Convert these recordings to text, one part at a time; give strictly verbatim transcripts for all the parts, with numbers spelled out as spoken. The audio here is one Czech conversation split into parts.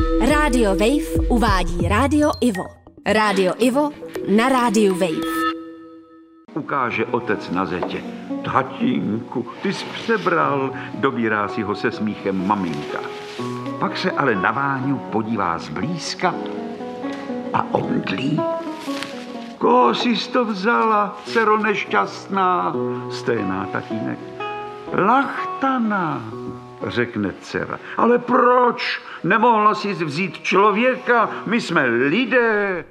Rádio Wave uvádí Rádio Ivo. Rádio Ivo na Rádiu Wave. Ukáže otec na zetě. Tatínku, ty jsi přebral, dobírá si ho se smíchem maminka. Pak se ale na Váňu podívá zblízka a omdlí. Koho jsi to vzala, dcero nešťastná, sténá tatínek. Lachtana, řekne dcera. Ale proč? Nemohla jsi vzít člověka, my jsme lidé.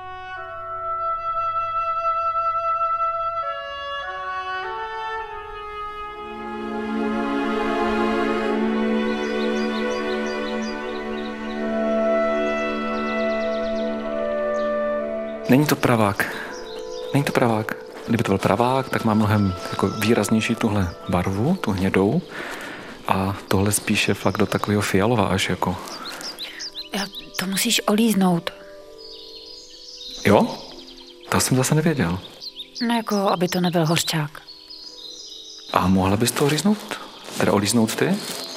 Není to pravák. Není to pravák. Kdyby to byl pravák, tak má mnohem jako výraznější tuhle barvu, tu hnědou. A tohle spíše fakt do takového fialova až jako. Jo, to musíš olíznout. Jo? To jsem zase nevěděl. No jako, aby to nebyl hořčák. A mohla bys to říznout? Teda olíznout ty?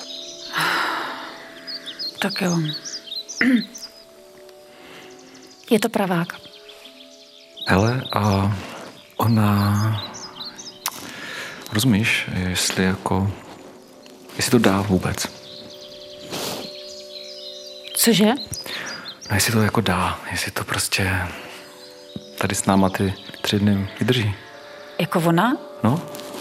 Tak jo. Je to pravák. Hele, a ona... Rozumíš, jestli jako... Jestli to dá vůbec. Cože? No jestli to jako dá, jestli to prostě... Tady s náma ty tři dny vydrží. Jako ona? No.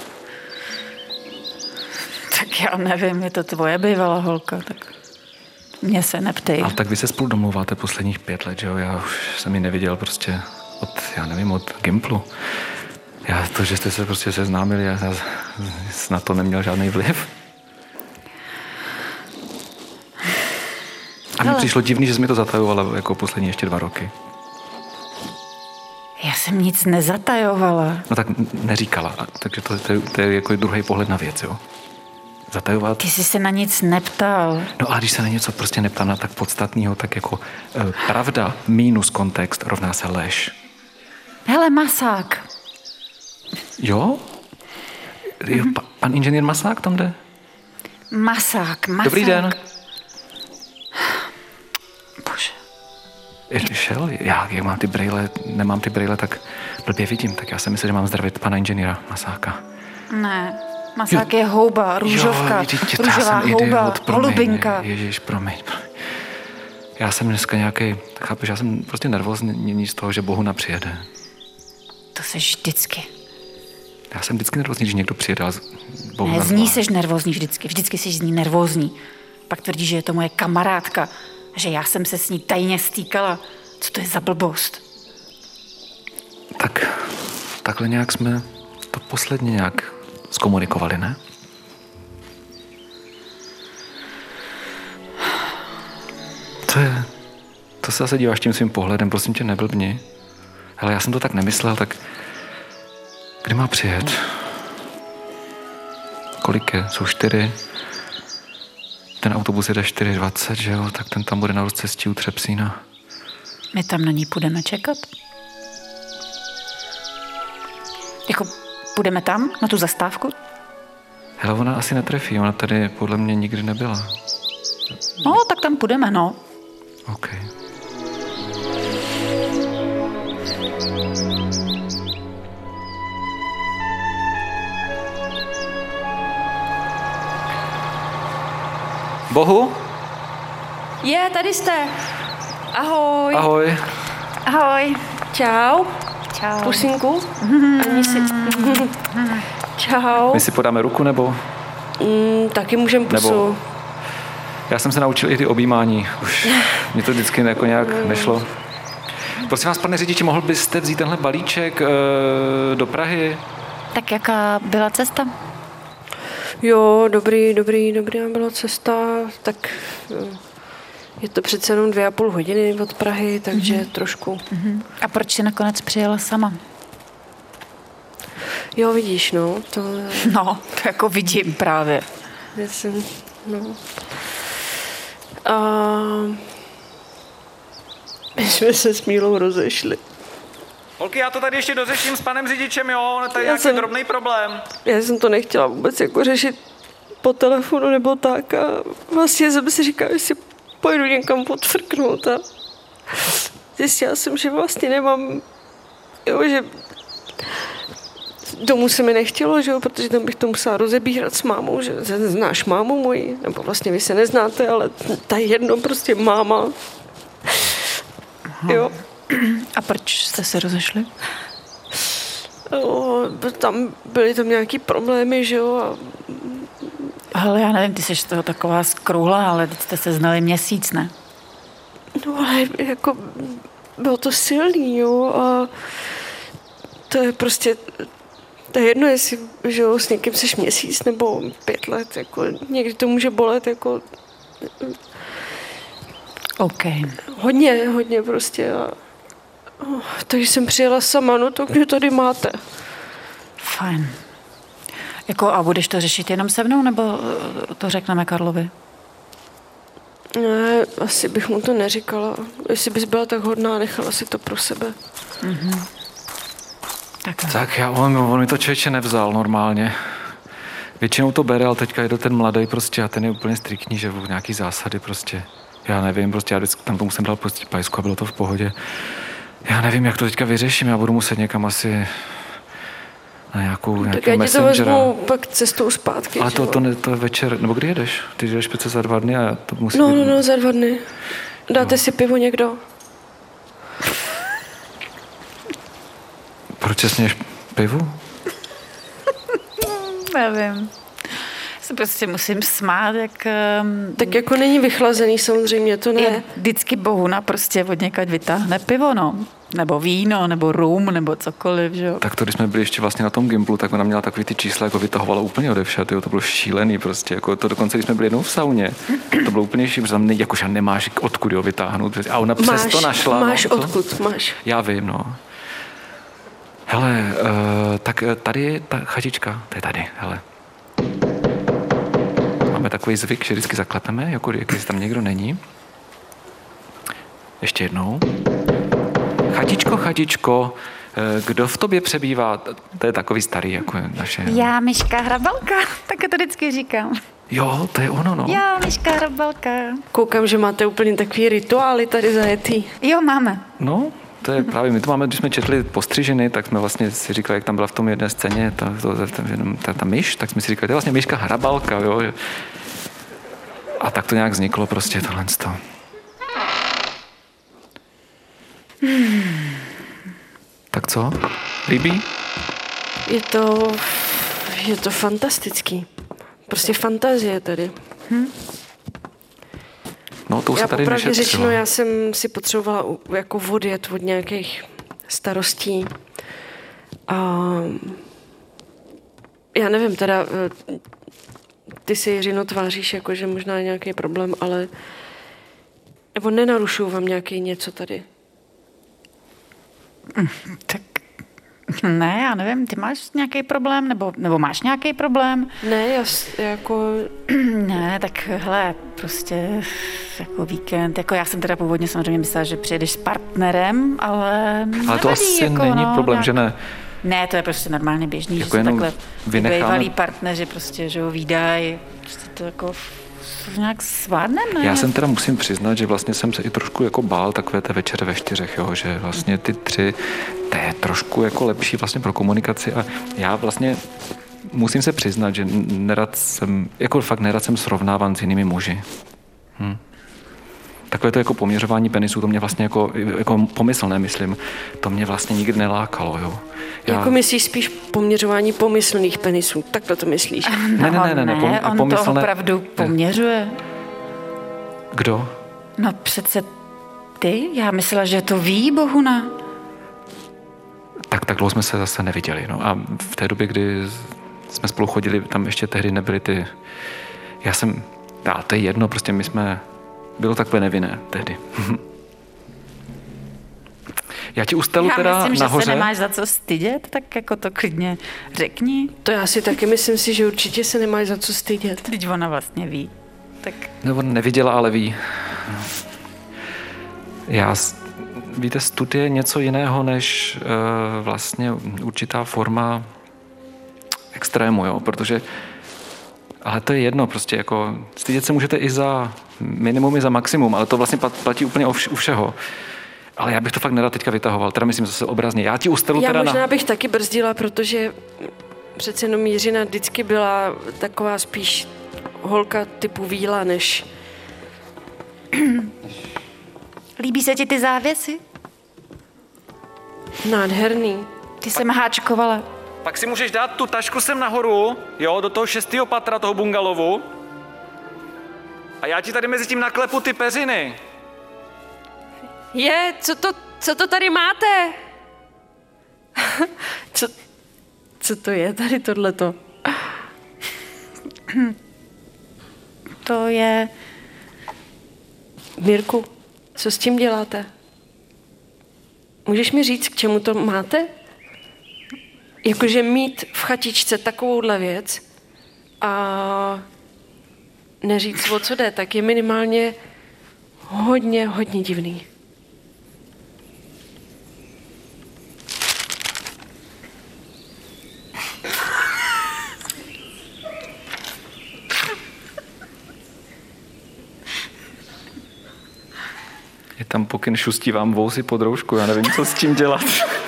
Tak já nevím, je to tvoje bývalá holka, tak mě se neptej. Ale tak vy se spolu domlouváte posledních pět let, že jo? Já už jsem ji neviděl prostě od, já nevím, od Gimplu. Já to, že jste se prostě seznámili, já, já na to neměl žádný vliv. A mně přišlo divný, že jsi mi to zatajovala jako poslední ještě dva roky. Já jsem nic nezatajovala. No tak neříkala, takže to, to, je, to je jako druhý pohled na věc, jo? Zatajovat. Ty jsi se na nic neptal. No a když se na něco prostě neptám na tak podstatného, tak jako e, pravda minus kontext rovná se lež. Hele, Masák. Jo? jo pa, pan inženýr Masák tam jde? Masák, Masák. Dobrý den. Bože. Je, šel? Já, jak mám ty brejle, nemám ty brejle, tak blbě vidím. Tak já jsem myslel, že mám zdravit pana inženýra Masáka. Ne, Masák jo. Je houba, růžovka, jo, růžová houba, holubinka. Ježiš, promiň, promiň. Já jsem dneska nějaký, chápeš, já jsem prostě nervózní z toho, že Bohuna přijede. To seš vždycky. Já jsem vždycky nervózní, když někdo přijede. Bohuna ne, z ní seš nervózní vždycky. Vždycky seš z ní nervózní. Pak tvrdí, že je to moje kamarádka, že já jsem se s ní tajně stýkala. Co to je za blbost? Tak, takhle nějak jsme to posledně nějak zkomunikovali, ne? Co je? To se zase díváš tím svým pohledem, prosím tě, neblbni. Hele, já jsem to tak nemyslel, tak kdy má přijet? Kolik je? Jsou čtyři? Ten autobus jede čtyři dvacet, že jo? Tak ten tam bude na rozcestí u Třepsína. My tam na ní půjdeme čekat? Jako, půjdeme tam, na tu zastávku? Hele, ona asi netrefí, ona tady podle mě nikdy nebyla. No, tak tam půjdeme, no. OK. Bohu? Je, tady jste. Ahoj. Ahoj. Ahoj. Čau. Čau. Pusinku. Ani si... Čau. My si podáme ruku, nebo? Mm, taky můžem pusu. Nebo... Já jsem se naučil i ty objímání. Už mě to vždycky jako nějak nešlo. Prosím vás, pane řidiči, mohl byste vzít tenhle balíček e, do Prahy? Tak jaká byla cesta? Jo, dobrý, dobrý, dobrý byla cesta. Tak je to přece jenom dvě a půl hodiny od Prahy, takže mm-hmm. trošku. Mm-hmm. A proč jsi nakonec přijela sama? Jo, vidíš, no. To... No, to jako vidím právě. Já jsem, no... A... My jsme se s Mílou rozešli. Holky, já to tady ještě dořeším s panem řidičem, jo? To je nějaký jsem, drobný problém. Já jsem to nechtěla vůbec jako řešit po telefonu nebo tak a vlastně jsem si říkala, že si pojdu někam odfrknout a zjistila jsem, že vlastně nemám, jo, že domů se mi nechtělo, že jo, protože tam bych to musela rozebírat s mámou, že znáš mámu moji, nebo vlastně vy se neznáte, ale ta jedno prostě máma. Jo. A proč jste se rozešli? Jo, tam byly tam nějaký problémy, že jo. A... Ale já nevím, ty jsi toho taková skrouhlá, ale teď jste se znali měsíc, ne? No ale jako bylo to silný, jo, a to je prostě, to je jedno, jestli, že jo, s někým seš měsíc nebo pět let, jako někdy to může bolet, jako OK. hodně, hodně prostě a oh, takže jsem přijela sama, no to mě tady máte. Fajn. Jako a budeš to řešit jenom se mnou, nebo to řekneme Karlovi? Ne, asi bych mu to neříkala. Jestli bys byla tak hodná, nechala si to pro sebe. Mhm. Tak, Tak já, on, on mi to člověče nevzal normálně. Většinou to bere, ale teďka je to ten mladý prostě a ten je úplně striktní, že v nějaký zásady prostě. Já nevím, prostě já vždycky tam tomu jsem dal prostě pajsku a bylo to v pohodě. Já nevím, jak to teďka vyřeším, já budu muset někam asi na nějakou, tak já ti to vezmu pak cestou zpátky. Ale to, to, ne, to je večer, nebo kdy jedeš? Ty jdeš přece za dva dny a já to musím... No, no, no, za dva dny. Dáte no. si pivo někdo? Proč se směješ pivu? Nevím. Se prostě musím smát, jak... Um, tak jako není vychlazený samozřejmě, to ne. Jak vždycky Bohuna prostě od někaď vytáhne pivo, no. Nebo víno, nebo rum, nebo cokoliv, že jo. Tak to, když jsme byli ještě vlastně na tom Gimplu, tak ona měla takový ty čísla, jako vytahovala úplně odevšad, jo, to bylo šílený prostě, jako to dokonce, když jsme byli jednou v sauně, to bylo úplně šílený, protože tam ne, jakože nemáš odkud jo vytáhnout, a ona máš, přesto našla. Máš no, odkud, máš. Já vím, no. Hele, uh, tak tady je ta chatička, to je tady, hele. Máme takový zvyk, že vždycky zaklepeme, jako když tam někdo není. Ještě jednou. Chatičko, chatičko, kdo v tobě přebývá? To je takový starý, jako je naše... Já, Myška Hrabalka, tak to vždycky říkám. Jo, to je ono, no. Já, Myška Hrabalka. Koukám, že máte úplně takový rituály tady zajetý. Jo, máme. No, to je právě, my to máme, když jsme četli Postřiženy, tak jsme vlastně si říkali, jak tam byla v tom jedné scéně ta, ta, ta, ta, ta myš, tak jsme si říkali, to je vlastně Myška Hrabalka, jo. A tak to nějak vzniklo prostě tohle z toho. Hmm. Tak co? Líbí? Je to, je to fantastický. Prostě fantazie tady. Hm? No, to už já se tady popravdě řečeno, já jsem si potřebovala jako odjet od nějakých starostí. A já nevím, teda ty si, Jiřino, tváříš, jako, že možná je nějaký problém, ale nebo nenarušuju vám nějaký něco tady. Tak ne, já nevím, ty máš nějaký problém, nebo, nebo máš nějaký problém? Ne, já, já jako... Ne, tak hele, prostě jako víkend, jako já jsem teda původně samozřejmě myslela, že přijedeš s partnerem, ale... Ale to nevadí, asi jako, není no, problém, nějak... že ne? Ne, to je prostě normálně běžný, jako že se takhle vynecháme... bývalí partneři prostě, že ho vídají, prostě to jako nějak svádnem, ne? Já jsem teda musím přiznat, že vlastně jsem se i trošku jako bál takové té večeře ve čtyřech, jo, že vlastně ty tři, to je trošku jako lepší vlastně pro komunikaci a já vlastně musím se přiznat, že nerad jsem, jako fakt nerad jsem srovnáván s jinými muži. Hm. Takové to jako poměřování penisů, to mě vlastně jako, jako pomyslné, myslím, to mě vlastně nikdy nelákalo, jo. Já... Jako myslíš spíš poměřování pomyslných penisů, takhle to myslíš? Ne, ne, ne, ne, ne, ne on pomyslné... to opravdu poměřuje. Kdo? No přece ty, já myslela, že to ví Bohuna. Tak tak dlouho jsme se zase neviděli, no a v té době, kdy jsme spolu chodili, tam ještě tehdy nebyly ty, já jsem, a to je jedno, prostě my jsme, bylo takové nevinné tehdy. Já ti ustalu já teda myslím, nahoře. Já myslím, že se nemáš za co stydět, tak jako to klidně řekni. To já si taky myslím si, že určitě se nemáš za co stydět. Teď ona vlastně ví. Tak... Nebo neviděla, ale ví. Já, víte, stud je něco jiného, než uh, vlastně určitá forma extrému, jo, protože Ale to je jedno, prostě jako stydět se můžete i za minimum, i za maximum, ale to vlastně platí úplně u všeho. Ale já bych to fakt nerad teďka vytahoval, teda myslím zase obrazně. Já ti ustelu já teda možná na... bych taky brzdila, protože přece jenom Jiřina vždycky byla taková spíš holka typu víla, než... Líbí se ti ty závěsy? Nádherný. Ty jsem háčkovala. Pak si můžeš dát tu tašku sem nahoru, jo, do toho šestého patra toho bungalovu. A já ti tady mezi tím naklepu ty peřiny. Je, co to, co to tady máte? co, co to je tady tohleto? To je... Mirku, co s tím děláte? Můžeš mi říct, k čemu to máte? Jakože mít v chatičce takovouhle věc a neříct, o co jde, tak je minimálně hodně, hodně divný. Je tam pokyn šustí vám vousy pod roušku, já nevím, co s tím dělat.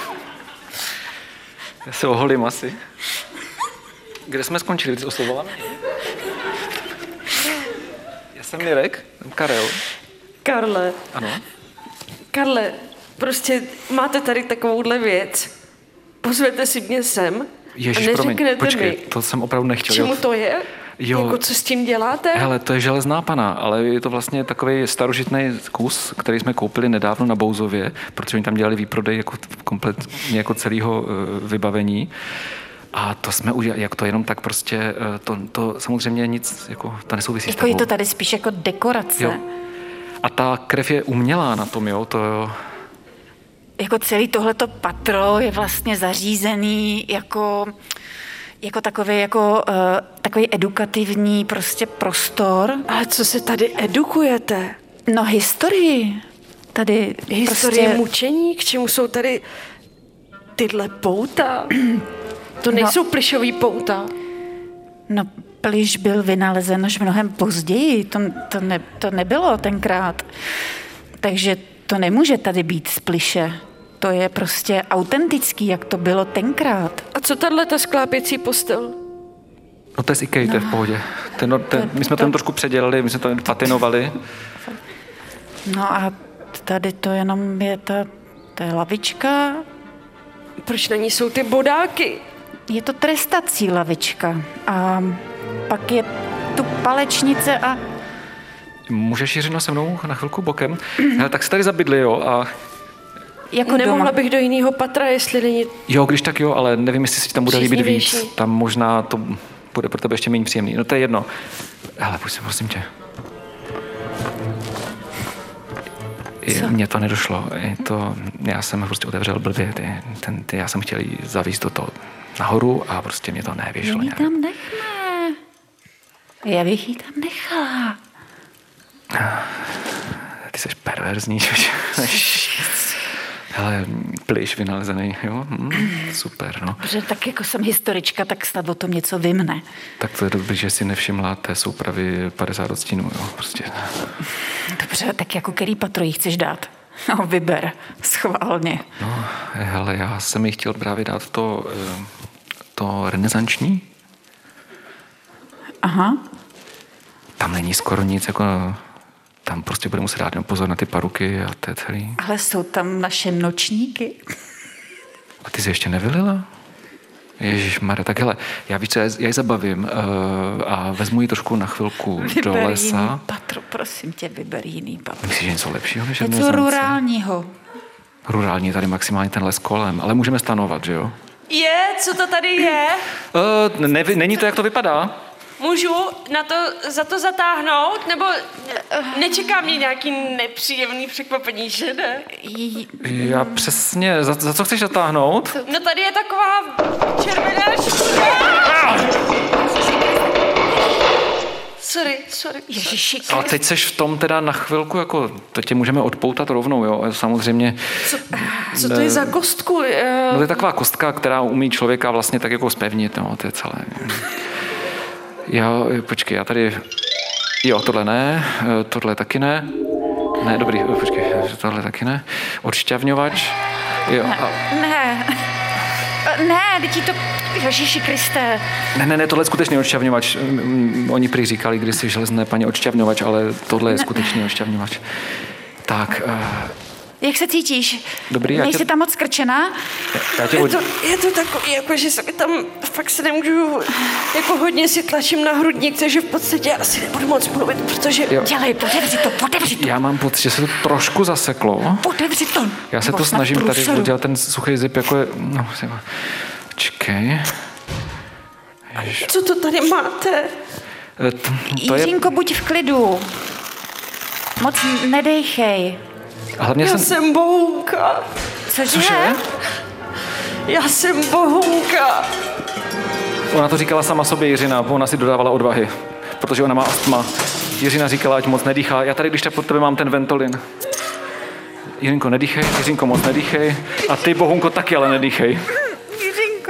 Já se oholím asi. Kde jsme skončili? Ty jsi oslovovala? Já jsem Mirek, Karel. Karle. Ano. Karle, prostě máte tady takovouhle věc. Pozvěte si mě sem Ježiš, a neřeknete promiň, počkej, mi, to jsem opravdu nechtěl. k čemu to je? Jo. Jako co s tím děláte? Hele, to je železná pana, ale je to vlastně takový starožitný kus, který jsme koupili nedávno na Bouzově, protože oni tam dělali výprodej jako kompletně jako celého vybavení. A to jsme udělali, jak to jenom tak prostě, to, to samozřejmě nic, jako to nesouvisí jako s tebou. je to tady spíš jako dekorace. Jo. A ta krev je umělá na tom, jo, to jo. Jako celý tohleto patro je vlastně zařízený jako... jako takový, jako, uh, takový edukativní prostě prostor. Ale co se tady edukujete? No historii. Tady Historie prostě... mučení? K čemu jsou tady tyhle pouta? To nejsou no, plišový pouta. No, pliš byl vynalezen až mnohem později. To, to, ne, to nebylo tenkrát. Takže to nemůže tady být z pliše. To je prostě autentický, jak to bylo tenkrát. A co tahle ta sklápěcí postel? No to je z Ikea, no, to je v pohodě. Ten, no, ten, my jsme to, to trošku předělali, my jsme to patinovali. No a tady to jenom je ta, ta lavička. Proč na ní jsou ty bodáky? Je to trestací lavička. A pak je tu palečnice a... Můžeš, Jiřino, se mnou na chvilku bokem? Hele, tak se tady zabydli, jo, a... Jako Nemohla doma. bych do jiného patra, jestli není... Jo, když tak jo, ale nevím, jestli si tam bude líbit Příznivější. víc. Tam možná to bude pro tebe ještě méně příjemný. No to je jedno. Hele, pojď sem, prosím tě. Co? Mně to nedošlo. Je to, já jsem prostě otevřel blbě. Ty, ten, ty, já jsem chtěl jí zavíst do toho nahoru a prostě mě to nevyšlo. My tam nechme. Já bych jí tam nechala. Ty jsi perverzní. Hele, pliš vynalezený, jo? Hm, super, no. Protože tak jako jsem historička, tak snad o tom něco vymne. Tak to je dobrý, že si nevšimla té soupravy padesát odstínů, jo, prostě. Dobře, tak jako který patro jí chceš dát? No, vyber, schválně. No, hele, já jsem jí chtěl právě dát to, to renesanční. Aha. Tam není skoro nic, jako... Tam prostě bude muset dát pozor na ty paruky a to je celý. Ale jsou tam naše nočníky. A ty jsi ještě nevylila? Ježišmarja, tak hele, já víš co, já ji zabavím uh, a vezmu ji trošku na chvilku vyber do lesa. Jiný patro, prosím tě, vyber jiný patro. Myslíš, že něco lepšího než Něco rurálního. Rurální je tady maximálně ten les kolem, ale můžeme stanovat, že jo? Je, co to tady je? Uh, ne, není to, jak to vypadá? Můžu na to, za to zatáhnout? Nebo nečeká mě nějaký nepříjemný překvapení, že ne? Já přesně, za, za co chceš zatáhnout? No tady je taková červená Sorry, sorry. Ježiši, Ale teď seš v tom teda na chvilku, jako to tě můžeme odpoutat rovnou, jo, samozřejmě. Co, co to je za kostku? No to je taková kostka, která umí člověka vlastně tak jako zpevnit, no, to je celé. Jo, počkej, já tady... Jo, tohle ne, tohle taky ne. Ne, dobrý, počkej, tohle taky ne. Odšťavňovač. Jo. Ne, A... ne, ne, teď to... Ježiši Kriste. Ne, ne, ne, tohle je skutečný odšťavňovač. Oni prý říkali kdysi železné paní odšťavňovač, ale tohle je skutečný odšťavňovač. Tak... Uh... Jak se cítíš? Dobrý, já Nejsi tě... tam moc skrčená? Já tě... Je to, je to takový, jako, že se mi tam fakt se nemůžu, jako hodně si tlačím na hrudník, takže v podstatě asi nebudu moc mluvit, protože... Jo. Dělej, otevři to, otevři to. Já mám pocit, že se to trošku zaseklo. Otevři to. Já se to snažím tady udělat ten suchý zip, jako je... No, čekej. Ježiš. Co to tady máte? To je... Jiřinko, buď v klidu. Moc nedejchej. A hlavně Já jsem... jsem bohunka. Cože? Cože? Já jsem bohunka. Ona to říkala sama sobě, Jiřina, ona si dodávala odvahy, protože ona má astma. Jiřina říkala, ať moc nedýchá. Já tady, když tak pod tebe mám ten Ventolin. Jiřinko, nedýchej, Jiřinko, moc nedýchej. A ty, bohunko, taky, ale nedýchej. Jiřinko.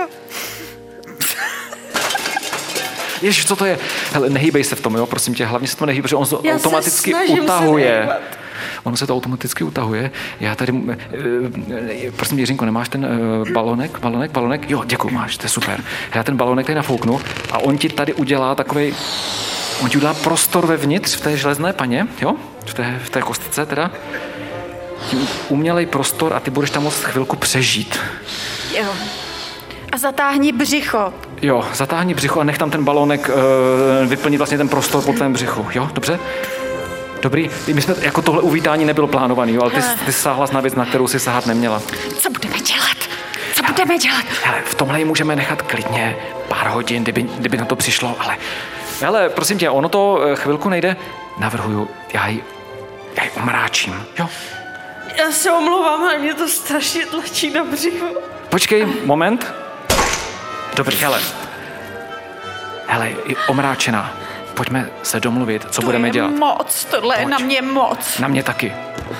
Ježiš, co to je? Hele, nehýbej se v tom, jo, prosím tě, hlavně se to nehýbej, protože on se Já automaticky se snažím utahuje. Se Ono se to automaticky utahuje. Já tady, e, prosím, Jiřinko, nemáš ten e, balonek, balonek, balonek? Jo, děkuji, máš, to je super. Já ten balonek tady nafouknu a on ti tady udělá takovej, on ti udělá prostor vevnitř v té železné paně, jo? V té, v té kostce teda. Tím umělej prostor a ty budeš tam moct chvilku přežít. Jo. A zatáhni břicho. Jo, zatáhni břicho a nech tam ten balonek e, vyplnit vlastně ten prostor po tvém břichu, jo? Dobře? Dobrý, my jsme, jako tohle uvítání nebylo plánovaný, jo, ale ty, ty sáhla na věc, na kterou si sahat neměla. Co budeme dělat? Co budeme dělat? Hele, v tomhle ji můžeme nechat klidně pár hodin, kdyby, kdyby na to přišlo, ale... Hele, prosím tě, ono to chvilku nejde. Navrhuju, já ji, já ji omráčím, jo? Já se omlouvám, ale mě to strašně tlačí na břicho. Počkej, moment. Dobrý, hele. Hele, je omráčená. Pojďme se domluvit, co to budeme je dělat. moc, tohle Pojď. je na mě moc. Na mě taky.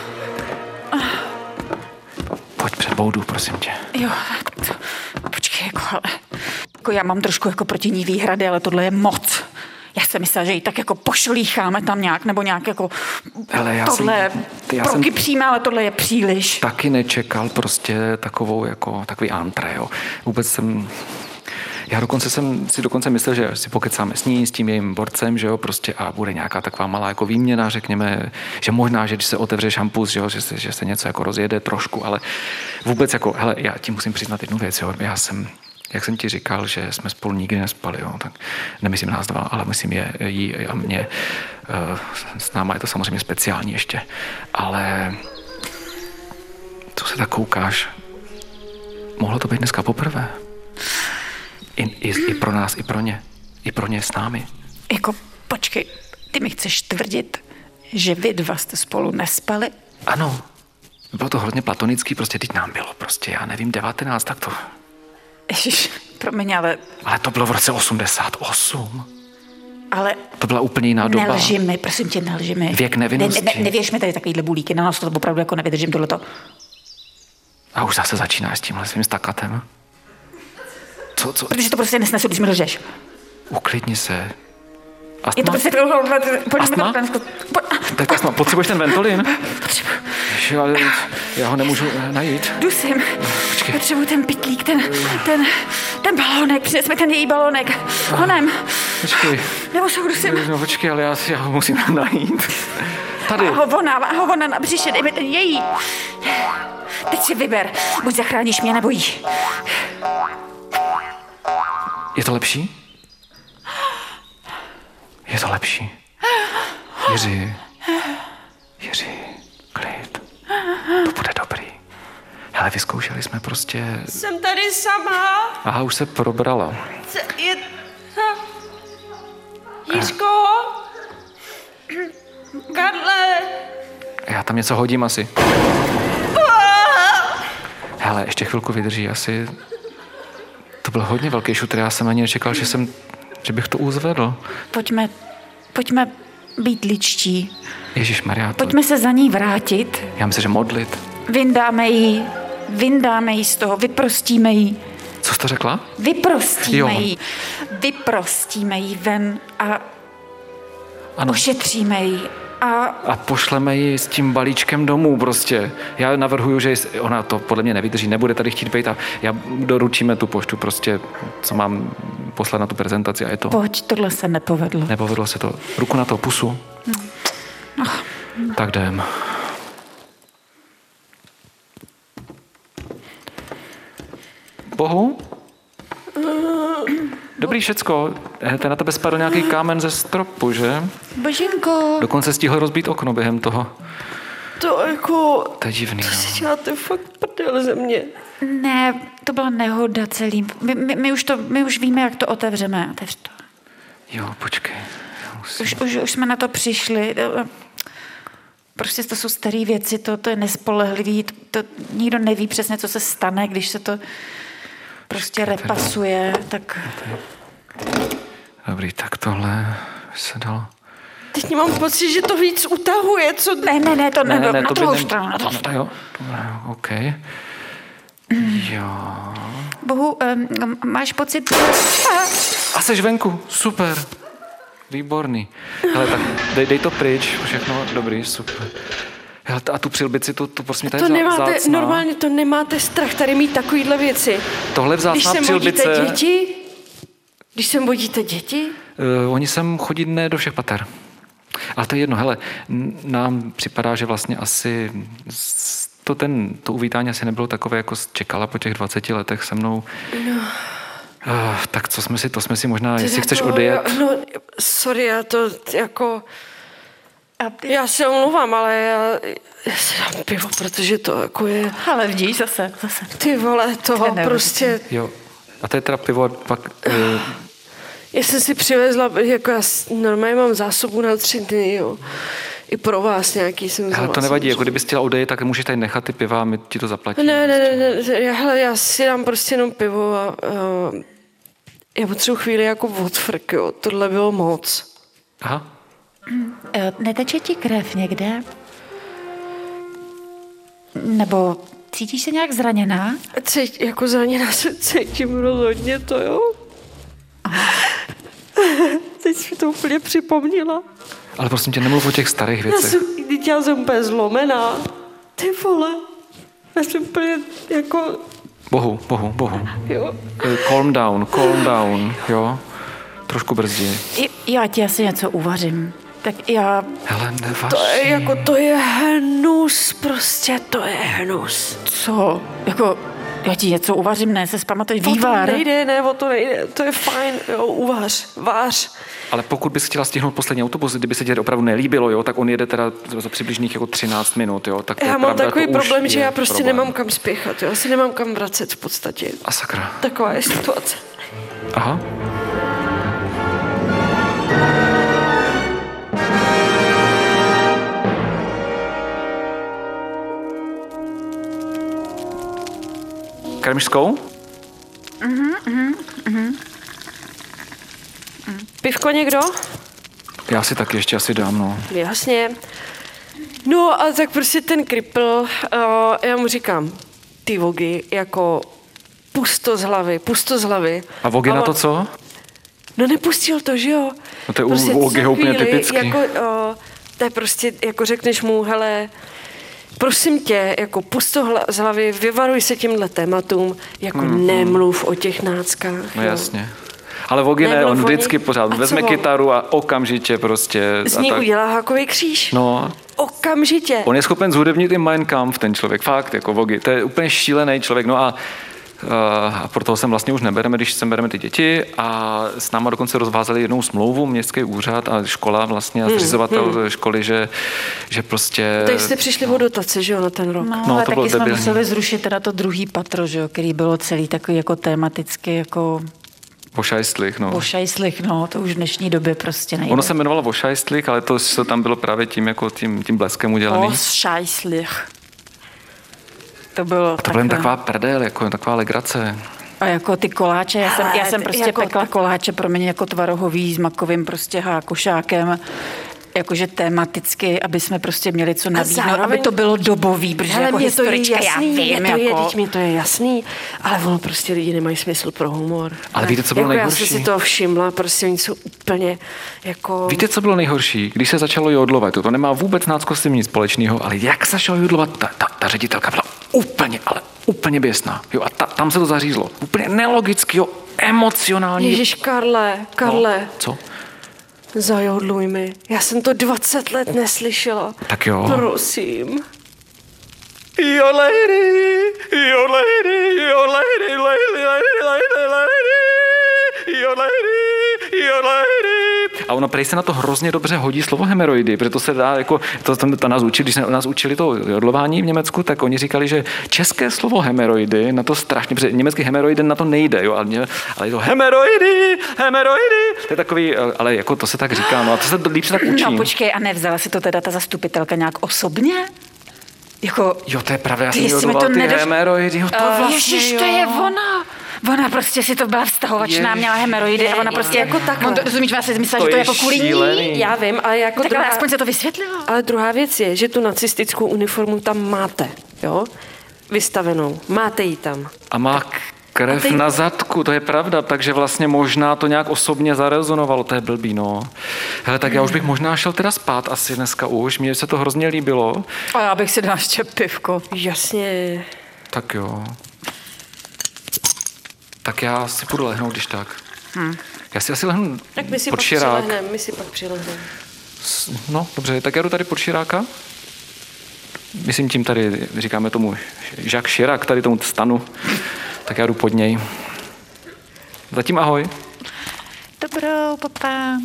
Pojď před boudu, prosím tě. Jo, tak to, počkej, jako, ale, jako já mám trošku jako proti ní výhrady, ale tohle je moc. Já jsem myslela, že ji tak jako pošolícháme tam nějak, nebo nějak jako Hele, já tohle jsem, já proky jsem přímé, ale tohle je příliš. taky nečekal prostě takovou jako, takový antré, jo. Vůbec jsem... Já dokonce jsem si dokonce myslel, že si pokecáme s ní, s tím jejím borcem, že jo, prostě a bude nějaká taková malá jako výměna, řekněme, že možná, že když se otevře šampus, že jo, že se, že se něco jako rozjede trošku, ale vůbec jako, hele, já ti musím přiznat jednu věc, jo, já jsem, jak jsem ti říkal, že jsme spolu nikdy nespali, jo, tak nemyslím nás dva, ale myslím je, jí a mě, s náma je to samozřejmě speciální ještě, ale co se tak koukáš, mohlo to být dneska poprvé. I, i, I pro nás, i pro ně. I pro ně s námi. Jako, počkej, ty mi chceš tvrdit, že vy dva jste spolu nespali? Ano. Bylo to hodně platonický, prostě teď nám bylo prostě, já nevím, devatenáct, tak to. Ježiš, promiň, ale... Ale to bylo v roce osmdesát osm. Ale... To byla úplně jiná doba. Nelži mi, prosím tě, nelži mi. Věk nevinnosti. Ne, ne, nevěř mi tady takovýhle bulíky, na nás to opravdu jako nevydržím tohleto. A už zase začínáš s tímhle svým stakatem. Co, co? Protože to prostě nesnesu, když mi lžeš. Uklidni se. Astma? Je to prostě... Astma? Tak astma. Potřebuješ ten Ventolin? Potřebuji. Ježi, ale já ho nemůžu najít. Dusím. Počkej. Potřebuji ten pytlík, ten, ten, ten balónek. Přines mi ten její balónek. Honem. Počkej. Nebo se ho dusím. No počkej, ale já, já ho musím najít. Tady. A hovona, a hovona na břiše, dej mi ten její. Teď si vyber. Buď zachráníš mě, nebo jí. Je to lepší? Je to lepší. Jiři. Jiři, klid. To bude dobrý. Hele, vyzkoušeli jsme prostě... Jsem tady sama. Aha, už se probrala. Je... Jiřko? Karle? Já tam něco hodím asi. Hele, ještě chvilku vydrží asi... To byl hodně velký šutr, já jsem ani nečekal, že jsem, že bych to uzvedl. Pojďme, pojďme být ličtí. Ježišmarja, to... Pojďme se za ní vrátit. Já myslím, že modlit. Vyndáme jí, vyndáme jí z toho, vyprostíme jí. Co jsi to řekla? Vyprostíme Jo. jí. vyprostíme ji ven a Ano. ošetříme ji. A A pošleme ji s tím balíčkem domů prostě. Já navrhuju, že ona to podle mě nevydrží, nebude tady chtít být a já doručíme tu poštu prostě, co mám poslat na tu prezentaci a je to. pojď, tohle se nepovedlo. Nepovedlo se to. Ruku na to, pusu. No. Tak jdem. Bohu? Dobrý všecko. Ten na tebe spadl nějaký kámen ze stropu, že? Božinko. Dokonce stihl rozbít okno během toho. To jako... To je divný, To no. si děláte fakt prdel ze mě. Ne, to byla nehoda celý. My, my, my, už to, my už víme, jak to otevřeme. Otevř to. Jo, počkej. Já musím... Už, už, už jsme na to přišli. Prostě to jsou staré věci, to, to je nespolehlivý. To, to, nikdo neví přesně, co se stane, když se to prostě repasuje. Tak... Dobrý, tak tohle by se dalo... Teď nemám pocit, že to víc utahuje, co... Ne, ne, ne, to ne, ne, ne na to by druhou ne- stranu. Na druhou stranu. Jo, dobré, OK. Jo. Bohu, um, máš pocit... A seš venku, super. Výborný. Hele, tak dej, dej to pryč, všechno dobrý, super. Hele, a tu přilbici, to, to prostě tady To je nemáte, vzácná. normálně to nemáte strach tady mít takovýhle věci. Tohle Když vzácná sem vodíte přilbice. děti, když sem vodíte děti, Uh, oni sem chodí ne do všech pater. Ale to je jedno, hele, n- nám připadá, že vlastně asi s- to, ten, to uvítání asi nebylo takové, jako čekala po těch dvaceti letech se mnou. No. Uh, tak co jsme si, to jsme si možná, jestli chceš to, odjet. No, sorry, já to jako... Já se omlouvám, ale já, já si dám pivo, protože to jako je... Ale vidíš, zase, zase. Ty vole, toho To je prostě... Jo, a to je teda pivo, a pak... Uh, Já jsem si přivezla, jako já s- normálně mám zásobu na tři dny, jo. I pro vás nějaký jsem vzala. hele, to nevadí, samozřejmě. jako kdybys chtěla odejít, tak můžeš tady nechat ty piva a my ti to zaplatíme. Ne, ne, ne, ne, ne já, hele, já si dám prostě jenom pivo a uh, já potřebuji chvíli jako odfrk, jo. Tohle bylo moc. Aha, Eh, Neteče ti krev někde? Nebo cítíš se nějak zraněná? Cít, jako zraněná se cítím rozhodně to, jo. Teď jsi mi to úplně připomněla. ale prosím tě, nemluv o těch starých Já věcech. jsem, teď já jsem úplně zlomená. Ty vole. Já jsem úplně jako, Bohu, bohu, bohu. jo. Eh, Calm down, calm down, jo. Trošku brzdí. J- Já ti asi něco uvařím. Tak já... Hele, nevař. To je jako, to je hnus, prostě to je hnus. Co? Jako, já ti něco uvařím, ne, se zpamatuj, O to vývar. nejde, ne, o to nejde, to je fajn, jo, uvař, vář. Ale pokud bys chtěla stihnout poslední autobus, kdyby se ti opravdu nelíbilo, jo, tak on jede teda za přibližných jako třináct minut, jo. Tak to je Já mám pravda, takový to už problém, že je já prostě problém. nemám kam spěchat, jo, já se nemám kam vracet v podstatě. A sakra. Taková je situace. Aha. Kremžskou? Pivko někdo? Já si taky ještě asi dám, no. Jasně. No a tak prostě ten kripl, uh, já mu říkám, ty vogy, jako pusto z hlavy, pusto z hlavy. A Vogy na on- to co? No nepustil to, že jo? No to je u Prostě Vogyho za úplně chvíli, typický. Jako, o, to je prostě, jako řekneš mu, hele, prosím tě, jako pust to hla, z hlavy, vyvaruj se tímhle tématům, jako mm. nemluv o těch náckách. No jo. jasně. Ale Vogy ne, Nemluv on o vždycky nich. pořád A vezme co on? kytaru a okamžitě prostě... Z a ní tak. udělá hákový kříž. No, Okamžitě. on je schopen zhudebnit i Mein Kampf, ten člověk, fakt, jako Vogy. To je úplně šílený člověk. No a, a proto sem vlastně už nebereme, když sem bereme ty děti a s náma dokonce rozvázali jednou smlouvu, městský úřad a škola vlastně a zřizovatel hmm, školy, že, že prostě... Teď jste přišli o dotace, že jo, na ten rok. No, No, ale to bylo taky jsme debilní. museli zrušit teda to druhý patro, že jo, který bylo celý takový jako tematicky jako Vošajstlich, no. ošajslich, no, to už v dnešní době prostě nejde. Ono se jmenovalo Vošajstlich, ale to se tam bylo právě tím, jako tím, tím bleskem udělaný. Ošajslich. To bylo To byla jen taková prdel, jako taková legrace. A jako ty koláče, já jsem, já Ale jsem ty- prostě jako pekla tak- koláče pro mě jako tvarohový s makovým prostě hákošákem. jakože tematicky, aby jsme prostě měli co nabídnout, zároveň... aby to bylo dobový, protože ale jako mě to je historička, jasný, já vím, mě to je, jako... teď mi to je jasný, ale ono prostě lidi nemají smysl pro humor. Ale víte, co bylo jako nejhorší? Já jsem si to všimla, prostě oni jsou úplně jako... Víte, co bylo nejhorší? Když se začalo jodlovat, to, to nemá vůbec nácko s tím nic společného, ale jak začalo jodlovat, ta, ta, ta ředitelka byla úplně, ale úplně běsná. Jo, a ta, tam se to zařízlo. Úplně nelogicky, jo, emocionální. Ježiš, Karle, Karle. No, co? Zajodluj mi. Já jsem to dvacet let neslyšela. Tak jo. Prosím. Jo lady, jo lady, jo lady, lady, lady, lady, lady, jo lady, jo lady. A ono prej se na to hrozně dobře hodí slovo hemeroidy, protože to se dá, jako, to, to, to nás učili, když nás učili to jodlování v Německu, tak oni říkali, že české slovo hemeroidy na to strašně, protože německý hemeroiden na to nejde, jo, ale, ale je to hemeroidy, hemeroidy, to je takový, ale jako to se tak říká, no a to se líp se tak učí. No počkej, a nevzala si to teda ta zastupitelka nějak osobně? Jako... Jo, to je pravda, já Ty jsem jsi mi jodoval to ty nedoš- hemeroidy, jo, to Uh, vlastně, Ježiš, jo. to je ona. Ona prostě si to byla vztahovačná, Ježiš. měla hemoroidy a ona Ne, prostě jako takhle. On to, rozumíš, ona si myslela, To že to je je jako kvůli ní. šílený. Já vím, ale jako Tak ale druhá, aspoň se to vysvětlila. ale druhá věc je, že tu nacistickou uniformu tam máte, jo? Vystavenou. Máte ji tam. A má krev A teď- na zadku, to je pravda, takže vlastně možná to nějak osobně zarezonovalo, to je blbý, no. Hele, tak já už bych možná šel teda spát asi dneska už, mně se to hrozně líbilo. A já bych si dala ještě pivko. Jasně. Tak jo. Tak já si půjdu lehnout, když tak. Hmm. Já si asi lehnu Tak my si pod pak širák. přilehneme, my si pak přilehneme. No, dobře, tak já jdu tady pod širáka. Myslím tím tady, říkáme tomu Jacques Chirac, tady tomu stanu. Tak já jdu pod něj. Zatím ahoj. Dobrou, papa.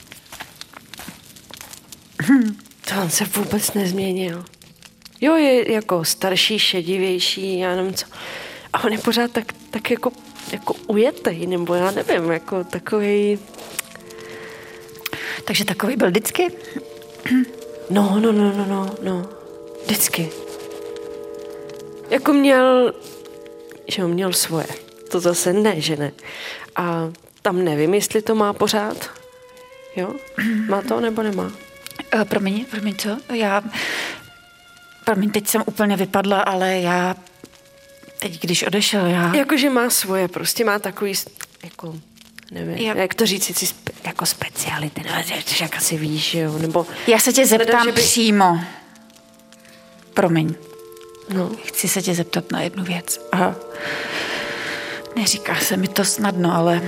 To on se vůbec nezměnil. Jo, je jako starší, šedivější, já nevím co. A on je pořád tak, tak jako, jako ujetej, nebo já nevím, jako takovej... Takže takový byl vždycky? No, no, no, no, no, no. Vždycky. Jako měl, že on měl svoje. To zase ne, že ne. A tam nevím, jestli to má pořád. Jo? Má to nebo nemá? Uh, promiň, promiň, co? Já... Promiň, teď jsem úplně vypadla, ale já... Teď, když odešel, já... Jakože má svoje, prostě má takový, jako, nevím, Já- jak to říct, si spe, jako speciality, no, že- jak asi víš, jo, nebo... Já se tě zeptám že by- přímo. Promiň. No. Chci se tě zeptat na jednu věc. Aha. Neříká se mi to snadno, ale...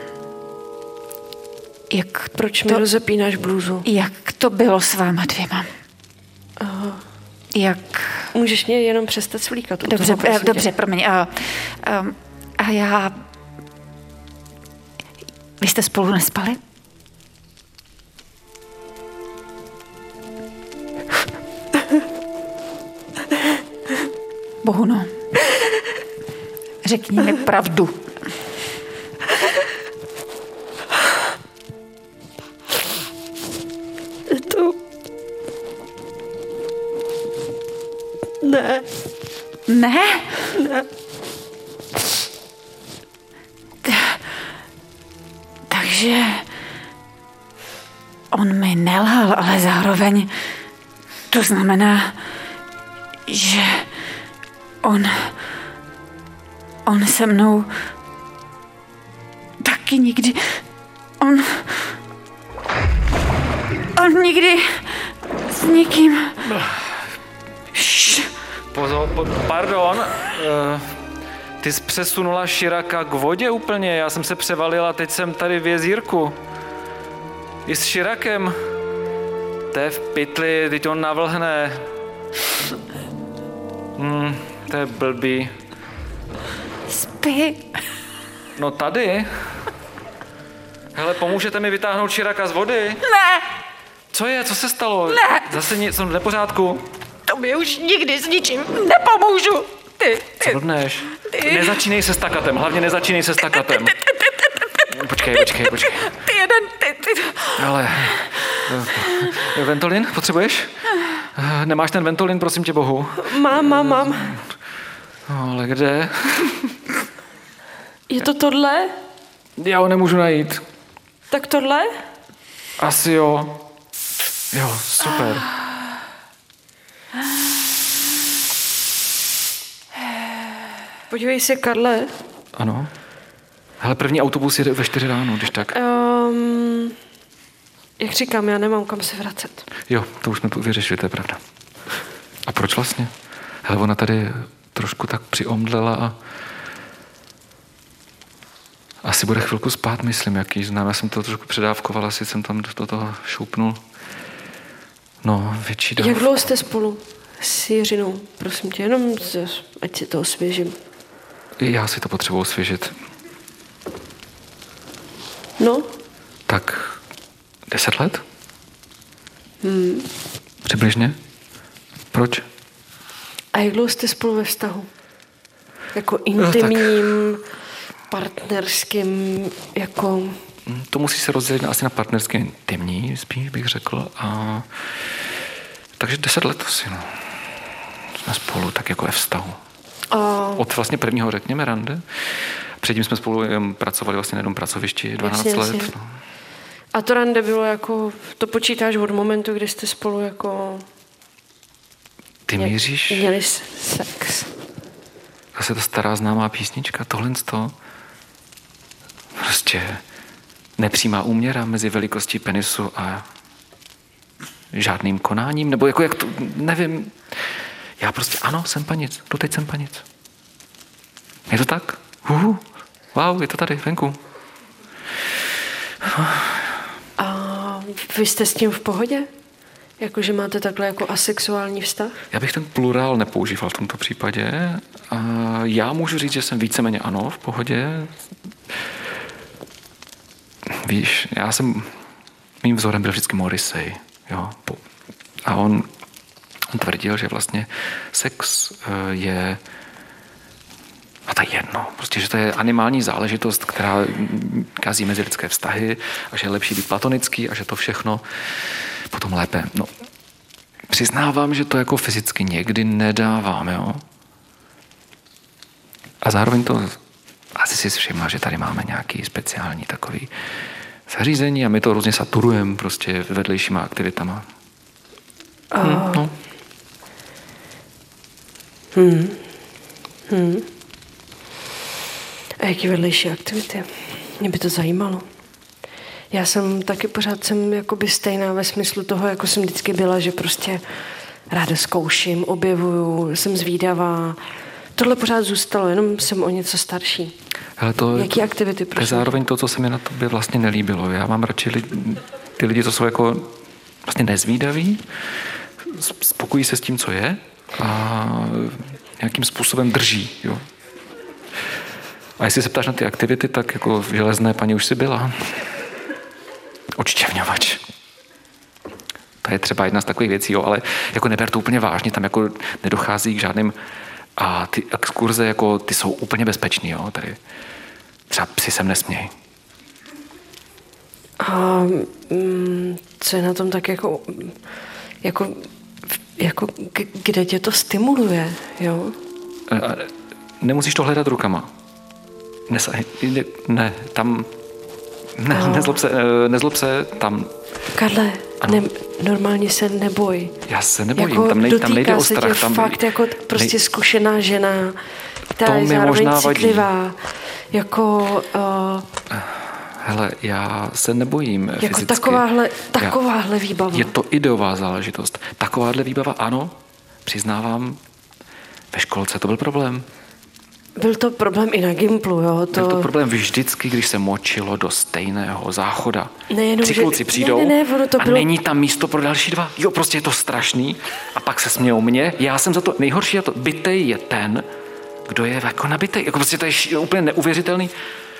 Jak Proč mi to, rozepínáš blůzu? jak to bylo s váma dvěma? Aha. Jak... Můžeš mě jenom přestat svlíkat. u Dobře, toho, prosím eh, tě. dobře, promiň. A, a, a já... Vy jste spolu nespali? Bohu, no. Řekni mi pravdu. To... Ne. Ne? Ne. Takže on mi nelhal, ale zároveň to znamená, že on on se mnou taky nikdy on on nikdy s nikým Šš. Pozor, po, pardon, uh, ty jsi přesunula Širaka k vodě úplně, já jsem se převalila, teď jsem tady v jezírku. I s Širakem. To je v pytli, teď on navlhne. Hmm, to je blbý. Spí. No tady. Hele, pomůžete mi vytáhnout Širaka z vody? Ne, Co je, co se stalo? Ne. Zase něco v nepořádku? to mi už nikdy s ničím nepomůžu. Ty, Co blbneš? Nezačínej se stakatem, hlavně nezačínej se stakatem. Počkej, počkej, počkej. ty jeden, ty, ty. Ale... eh, Ventolin potřebuješ? Eh, Nemáš ten Ventolin, prosím tě bohu? Mám, mám, mám. Ale kde? Je to tohle? Já ho nemůžu najít. Tak tohle? Asi jo. Jo, super. Podívej se, Karle. Ano. Hele, první autobus jede ve čtyři ráno, když tak. Um, jak říkám, já nemám kam se vracet. Jo, to už jsme vyřešili, to je pravda. A proč vlastně? Hele, ona tady trošku tak přiomdlela a asi bude chvilku spát, myslím, jak ji znám. Já jsem to trošku předávkoval, asi jsem tam do toho šoupnul. No, větší dáv. Jak dlouho jste spolu s Jiřinou? Prosím tě, jenom ať si to osvěžím. Já si to potřebuji osvěžit. No? Tak deset let? Hmm. Přibližně? Proč? A jak dlouho jste spolu ve vztahu? Jako intimním, no, partnerským, jako... To musí se rozdělit asi na partnerský intimní, spíš bych řekl. A... Takže deset let asi, no. Jsme spolu tak jako ve vztahu. A... Od vlastně prvního, řekněme, rande. Předtím jsme spolu pracovali vlastně na jednom pracovišti dvanáct jasně, let. Jasně. No. A to rande bylo jako, to počítáš od momentu, kdy jste spolu jako... Ty míříš? Měli sex. Zase ta stará známá písnička, tohle to prostě nepřímá úměra mezi velikostí penisu a žádným konáním, nebo jako jak to, nevím. Já prostě, ano, jsem panic, doteď jsem panic. Je to tak? Uhu. Wow, je to tady, venku. A vy jste s tím v pohodě? Jakože máte takhle jako asexuální vztah? Já bych ten plurál nepoužíval v tomto případě. A já můžu říct, že jsem víceméně ano, v pohodě. Víš, já jsem, mým vzorem byl vždycky Morrissey, jo. A on, on tvrdil, že vlastně sex je, a to je jedno, prostě, že to je animální záležitost, která kazí mezi lidské vztahy a že je lepší být platonický a že to všechno potom lépe. No, přiznávám, že to jako fyzicky někdy nedávám, jo. A zároveň to asi si všimla, že tady máme nějaký speciální takový zařízení a my to různě saturujeme prostě vedlejšíma aktivitama. A... Hmm, no. Hmm. Hmm. A jaký vedlejší aktivity? Mě by to zajímalo. Já jsem taky pořád jsem jakoby stejná ve smyslu toho, jako jsem vždycky byla, že prostě ráda zkouším, objevuju, jsem zvídavá. Tohle pořád zůstalo, jenom jsem o něco starší. Hele, to, jaký to, aktivity? To je zároveň to, co se mi na tobě vlastně nelíbilo. Já mám radši li, ty lidi, co jsou jako vlastně nezvídaví, spokojí se s tím, co je a nějakým způsobem drží, jo. A jestli se ptáš na ty aktivity, tak jako v Železné paní už si byla. Odšťavňovač. To je třeba jedna z takových věcí, jo, ale jako neber to úplně vážně, tam jako nedochází k žádným a ty exkurze, jako ty jsou úplně bezpečný, jo, tady třeba psi sem nesmějí. A mm, co je na tom tak jako, jako, jako kde tě to stimuluje, jo? A nemusíš to hledat rukama. Ne, ne tam, ne, a... nezlob se, nezlob se, tam. Karle, ne, normálně se neboj. Já se nebojím, jako tam, nej, tam nejde o strach. Se tam fakt jako prostě nej... zkušená žena, která je zároveň citlivá. Jako... Uh... Hele, já se nebojím jako fyzicky. Takováhle, takováhle já, výbava. Je to ideová záležitost. Takováhle výbava, ano, přiznávám, ve školce to byl problém. Byl to problém i na Gimplu, jo? To... Byl to problém vždycky, když se močilo do stejného záchoda. Nejenom, Tři kluci přijdou ne, ne, ne, ono to a bylo... není tam místo pro další dva. Jo, prostě je to strašný. A pak se smějou mě. Já jsem za to, nejhorší je to, bitej je ten, kdo je jako nabitej. Jako prostě to je úplně neuvěřitelný.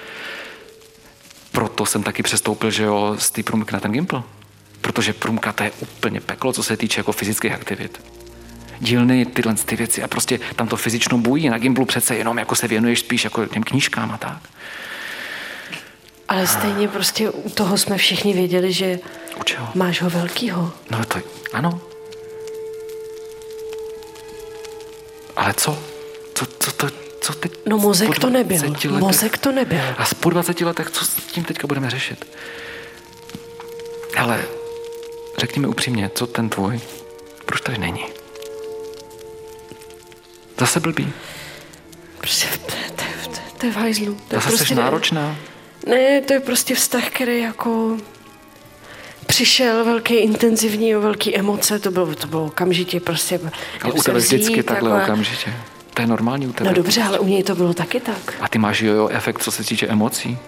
Proto jsem taky přestoupil, že jo, z té průmky na ten Gimpl. Protože průmka to je úplně peklo, co se týče jako fyzických aktivit. Dílny, tyhle ty věci a prostě tam to fyzično bují. Na Gimplu přece jenom jako se věnuješ spíš jako těm knížkám a tak. Ale stejně prostě u toho jsme všichni věděli, že u čeho? Máš ho velkýho. No to, ano. Ale co? Co, co to, co teď? No mozek to nebyl. Letech, mozek to nebyl. A po dvaceti letech, co s tím teďka budeme řešit? Hele, řekni mi upřímně, co ten tvůj, proč tady není? Zase blbý. Prostě to, to, to, to je v hajzlu. To je Zase prostě jsi náročná. Ne, to je prostě vztah, který jako přišel velký, intenzivní, velký emoce, to bylo, to bylo okamžitě prostě. Ale u tebe vždycky takhle takhle okamžitě. To je normální u tebe. No dobře, ale u něj to bylo taky tak. A ty máš jojo efekt, co se týče emocí?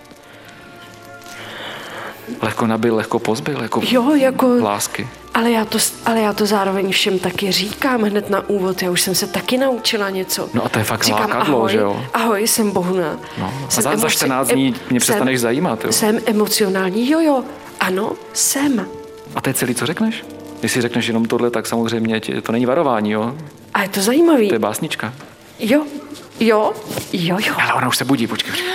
Lehko nabil, lehko pozbyl, jako, jo, jako lásky. Ale já, to, ale já to zároveň všem taky říkám hned na úvod, já už jsem se taky naučila něco. No a to je fakt říkám, lákadlo, ahoj, že jo? Ahoj, jsem Bohuna. No, a jsem za, emoci- za čtrnáct dní mě přestaneš jsem, zajímat, jo? Jsem emocionální, jo, jo. Ano, jsem. A to je celý, co řekneš? Jestli řekneš jenom tohle, tak samozřejmě tě, to není varování, jo? A je to zajímavý. To je básnička. Jo, jo, jo, jo. Ale ona už se budí, počkej. počkej.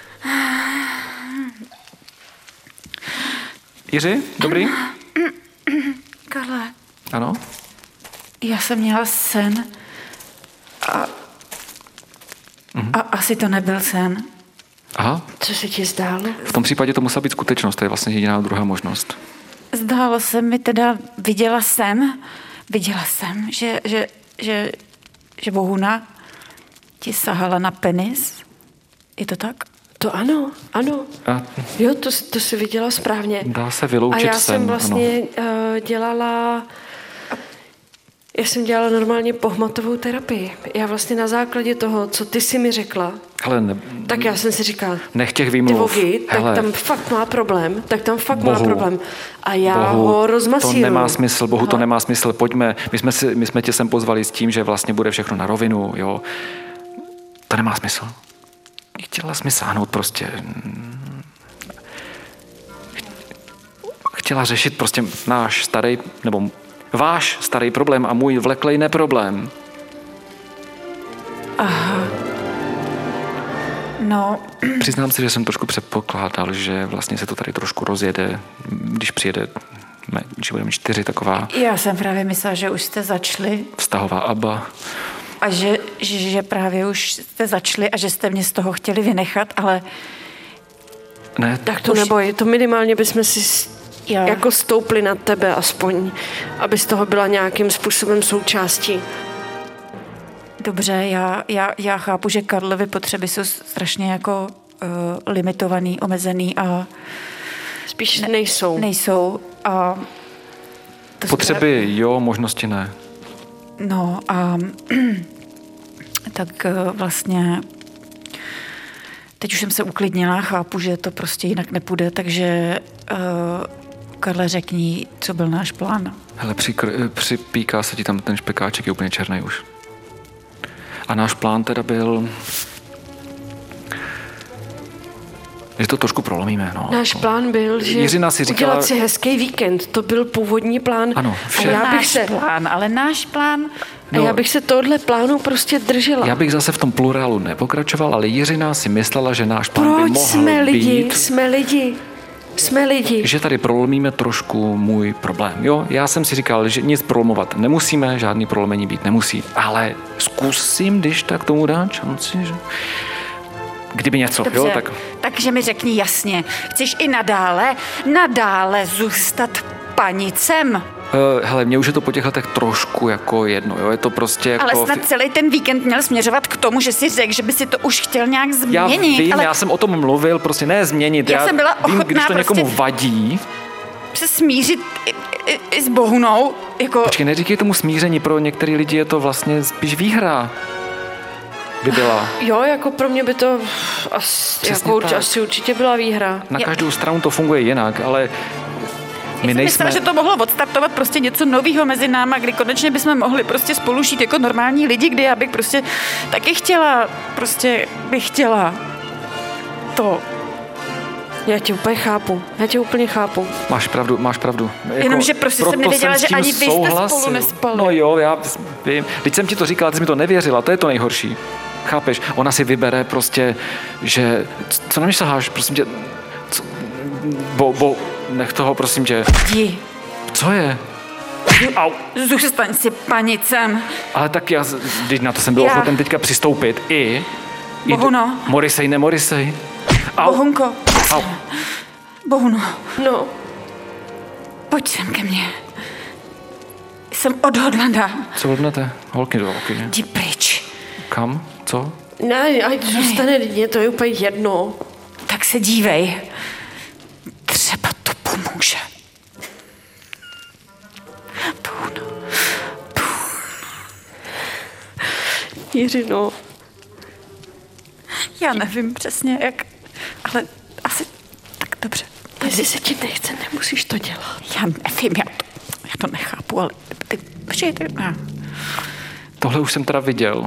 Jiři, dobrý? Karle, Ano? já jsem měla sen a, Mhm. a asi to nebyl sen. Aha, Co se ti zdálo? v tom případě to musela být skutečnost, to je vlastně jediná druhá možnost. Zdálo se mi teda, viděla jsem, viděla jsem, že, že, že, že Bohuna ti sahala na penis. Je to tak? To ano, ano. A Jo, to, to jsi viděla správně. dá se A vyloučit já sen, jsem vlastně ano. uh, dělala, já jsem dělala normálně pohmatovou terapii. Já vlastně na základě toho, co ty jsi mi řekla, Hele, ne, tak já jsem si říkala, nech těch ty výmluv. vogy, tak Hele, tam fakt má problém, tak tam fakt Bohu, má problém. A já Bohu, ho rozmasíruju. to nemá smysl, Bohu, to Aha. nemá smysl, pojďme, my jsme, si, my jsme tě sem pozvali s tím, že vlastně bude všechno na rovinu, jo. To nemá smysl. Chtěla jsi mi sáhnout prostě. Chtěla řešit prostě náš starý, nebo váš starý problém a můj vleklej neproblém. No, Přiznám se, že jsem trošku předpokládal, že vlastně se to tady trošku rozjede, když přijede, když budeme čtyři, taková já jsem právě myslela, že už jste začali vztahová aba. a že, že, že právě už jste začali a že jste mě z toho chtěli vynechat, ale Ne, Tak to Už- neboj, to minimálně bychom si s- já, jako stoupli na tebe aspoň, aby z toho byla nějakým způsobem součástí. dobře, já, já, já chápu, že Karlovy potřeby jsou strašně jako uh, limitovaný, omezený a Spíš ne, nejsou. nejsou a to potřeby jo, možnosti ne. No a tak eh, vlastně teď už jsem se uklidnila, chápu, že to prostě jinak nepůjde, takže uh, Karle, řekni, co byl náš plán. Hele, přikr, připíká se ti tam ten špekáček, je úplně černý už. A náš plán teda byl, že to trošku prolomíme, no. Náš plán byl, že Jiřina si říkala- udělat si hezký víkend. To byl původní plán. Ano, a vše. já bych náš se, plán, ale náš plán, a já bych se tohle plánu prostě držela. Já bych zase v tom plurálu nepokračoval, ale Jiřina si myslela, že náš plán by Proč mohl jsme lidi? být, Jsme lidi. Jsme lidi. že tady prolomíme trošku můj problém. Jo, já jsem si říkal, že nic prolomovat nemusíme, žádný prolomení být nemusí, ale zkusím, když tak tomu dát šanci, že... Kdyby něco, dobře, jo, tak... takže mi řekni jasně, chceš i nadále, nadále zůstat panicem? Uh, hele, mně už je to po těch letech trošku jako jedno, jo, je to prostě jako... Ale snad celý ten víkend měl směřovat k tomu, že si řekl, že by si to už chtěl nějak Já změnit. vím, ale já jsem o tom mluvil, prostě ne změnit. Já jsem byla vím, ochotná když to někomu prostě- vadí. se smířit i, i, i s Bohunou, jako... Počkej, neříkej tomu smíření, pro některé lidi je to vlastně spíš výhra. By byla. Jo, jako pro mě by to asi, Přesně jako, tak. asi určitě byla výhra. Na Je- každou stranu to funguje jinak, ale Já my jsem nejsme... myslela, že to mohlo odstartovat prostě něco nového mezi náma, kdy konečně bychom mohli prostě spolu žít jako normální lidi, kdy já bych prostě taky chtěla, prostě bych chtěla to. Já tě úplně chápu. Já tě úplně chápu. Máš pravdu, máš pravdu. Jako, Jenomže prostě jsem proto nevěděla, s že tím ani vy jste souhlasil. spolu nespali. No jo, já vím. Když jsem ti to říkala, ty jsi mi to nevěřila, to je to nejhorší. Chápeš? Ona si vybere prostě, že... Co na mě saháš, prosím tě? Co, bo, bo, nech toho, prosím tě. Jdi, Co je? Au. zůstaň si panicem. Ale tak já, když na to jsem byl Já- ochoten teďka přistoupit i... i Bohuno. Morisej, nemorisej. Au. Bohunko, Au. Bohuno, No, pojď sem ke mně. jsem odhodlaná. Co odhodnete? Holky do holky, ne? Jdi pryč. Kam? Co? Ne, ať zůstane lidně, to je úplně jedno. Tak se dívej. Třeba to pomůže. Půjdu. Jiřino. Já nevím přesně jak, ale asi tak dobře. Jestli se ti nechce, nemusíš to dělat. Já nevím, já to, já to nechápu, ale ty, počkej, ty, ne. Tohle už jsem teda viděl.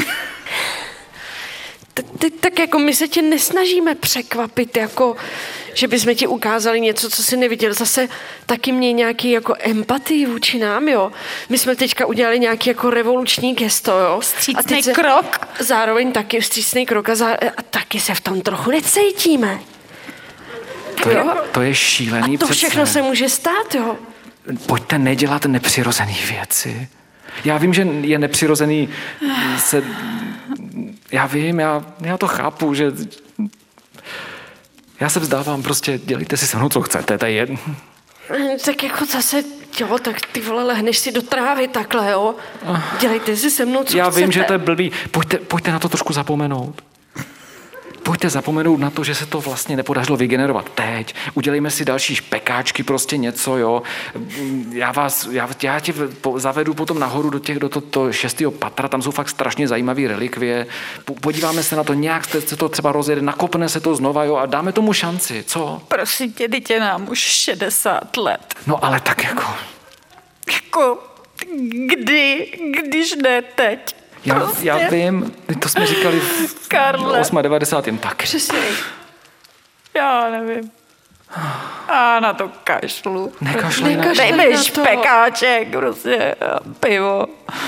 Tak, tak jako my se tě nesnažíme překvapit, jako že bychom ti ukázali něco, co jsi neviděl. Zase taky měj nějaký jako empatii vůči nám, jo. My jsme teďka udělali nějaký jako revoluční gesto, jo. Vstřícnej krok. Zároveň taky vstřícnej krok a, zá, a taky se v tom trochu necítíme. To je, to je šílený A to přece. všechno se může stát, jo. Pojďte nedělat nepřirozený věci. Já vím, že je nepřirozený se... Já vím, já, já to chápu, že... Já se vzdávám, prostě dělejte si se mnou, co chcete, to je jedno. Tak jako zase, jo, tak ty vole, lehneš si do trávy takhle, jo. Dělejte si se mnou, co Já chcete. vím, že to je blbý. Pojďte, pojďte na to trošku zapomenout. Pojďte zapomenout na to, že se to vlastně nepodařilo vygenerovat teď. Udělejme si další špekáčky, prostě něco, jo. Já vás, já, já tě zavedu potom nahoru do těch, do to, to šestého patra, tam jsou fakt strašně zajímavé relikvie. Podíváme se na to, nějak se to třeba rozjede, nakopne se to znova, jo, a dáme tomu šanci, co? Prosím tě, dítě nám už šedesát let. No ale tak jako... Jako, kdy, když ne teď? Já, Prostě. já vím, to jsme říkali v Karle. devadesátém osmém tak. Přesně. Já nevím. A na to kašlu. Nekašlej na Nekašlej. to. Dej mi na to. špekáček, prostě, a pivo.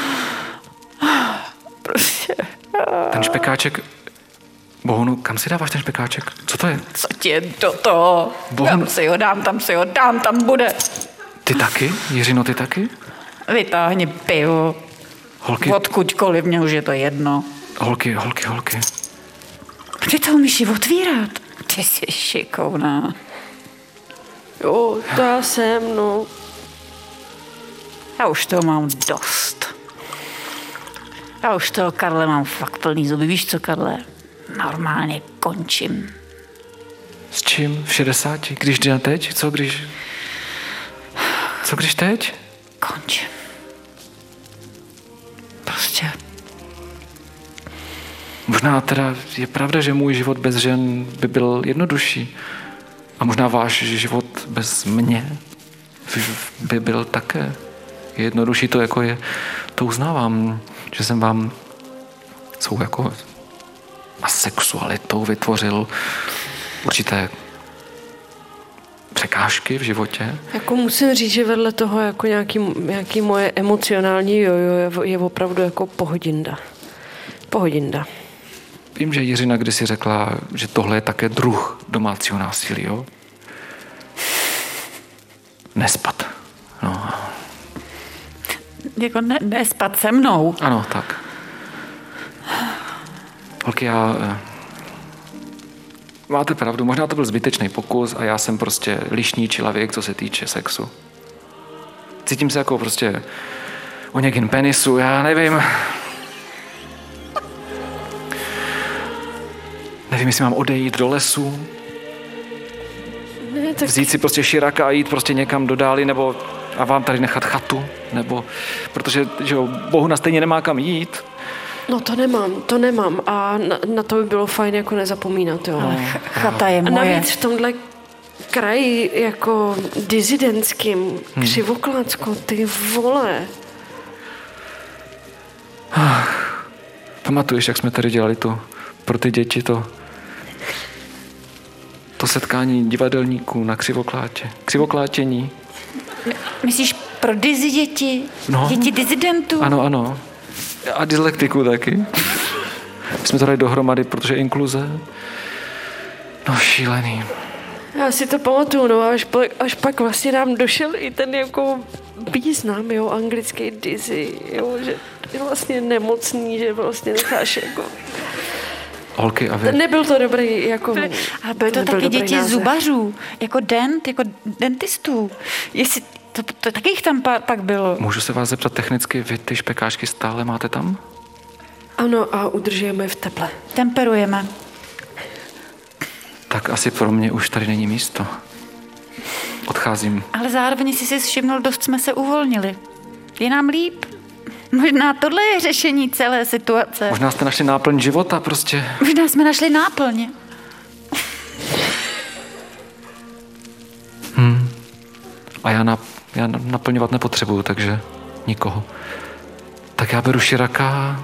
Prostě. Ten špekáček... Bohunu, kam si dáváš ten špekáček? Co to je? Co ti je do toho? Bohu- Tam si ho dám, tam si ho dám, tam bude. Ty taky? Jiřino, ty taky? Vytáhni pivo. Holky, Odkudkoliv, mě už je to jedno. holky, holky, holky. Ty to umíš ji otvírat. Ty jsi šikovná. Jo, to já jsem, no. Já už toho mám dost. Já už toho, Karle, mám fakt plný zuby. Víš co, Karle? Normálně končím. S čím? V šedesáti? Když jde teď? Co když... Co když teď? Končím. Prostě. Možná teda je pravda, že můj život bez žen by byl jednodušší. A možná váš život bez mě by byl také jednodušší. To jako je, to uznávám, že jsem vám svou jako asexualitou vytvořil určité překážky v životě. Jako musím říct, že vedle toho jako nějaký, nějaký moje emocionální jojo je, je opravdu jako pohodinda. Pohodinda. Vím, že Jiřina kdysi řekla, že tohle je také druh domácího násilí, jo? Nespat. No. Jako ne, nespat se mnou. Ano, tak. Holky, já... eh, Máte pravdu, možná to byl zbytečný pokus a já jsem prostě lišný člověk, co se týče sexu. Cítím se jako prostě o někým penisu, já nevím. Nevím, jestli mám odejít do lesu, Ne, tak vzít si prostě širaka a jít prostě někam do dály, nebo a vám tady nechat chatu, nebo protože že jo, Bohuna stejně nemá kam jít. no to nemám, to nemám a na, na to by bylo fajn jako nezapomínat, jo. No. Chata je A moje. navíc v tomhle kraji jako dizidentským, hmm. Křivoklácko, ty vole. Pamatuješ, jak jsme tady dělali to pro ty děti, to to setkání divadelníků na Křivoklátě. Křivoklátění. Myslíš pro dizi děti? No. Děti dizidentů? Ano, ano. A dyslektiku taky. My jsme to dali dohromady, protože inkluze. No šílený. Já si to pamatuju, no až, pa, až pak vlastně nám došel i ten jako význam, jo, anglický dizzy, jo, že je vlastně nemocný, že vlastně necháš jako... Holky a vy. Nebyl to dobrý, jako... Ale byly to nebyl taky dobrý děti název. zubařů, jako dent, jako dentistů. Jestli, To, to taky jich tam pa, pak bylo. Můžu se vás zeptat technicky, vy ty špekáčky stále máte tam? Ano, a udržujeme v teple. Temperujeme. Tak asi pro mě už tady není místo. Odcházím. Ale zároveň si si všimnul, dost jsme se uvolnili. Je nám líp. Možná tohle je řešení celé situace. Možná jste našli náplň života prostě. Možná jsme našli náplň. Hmm. A já, na, já naplňovat nepotřebuju, takže nikoho. Tak já beru Širaka.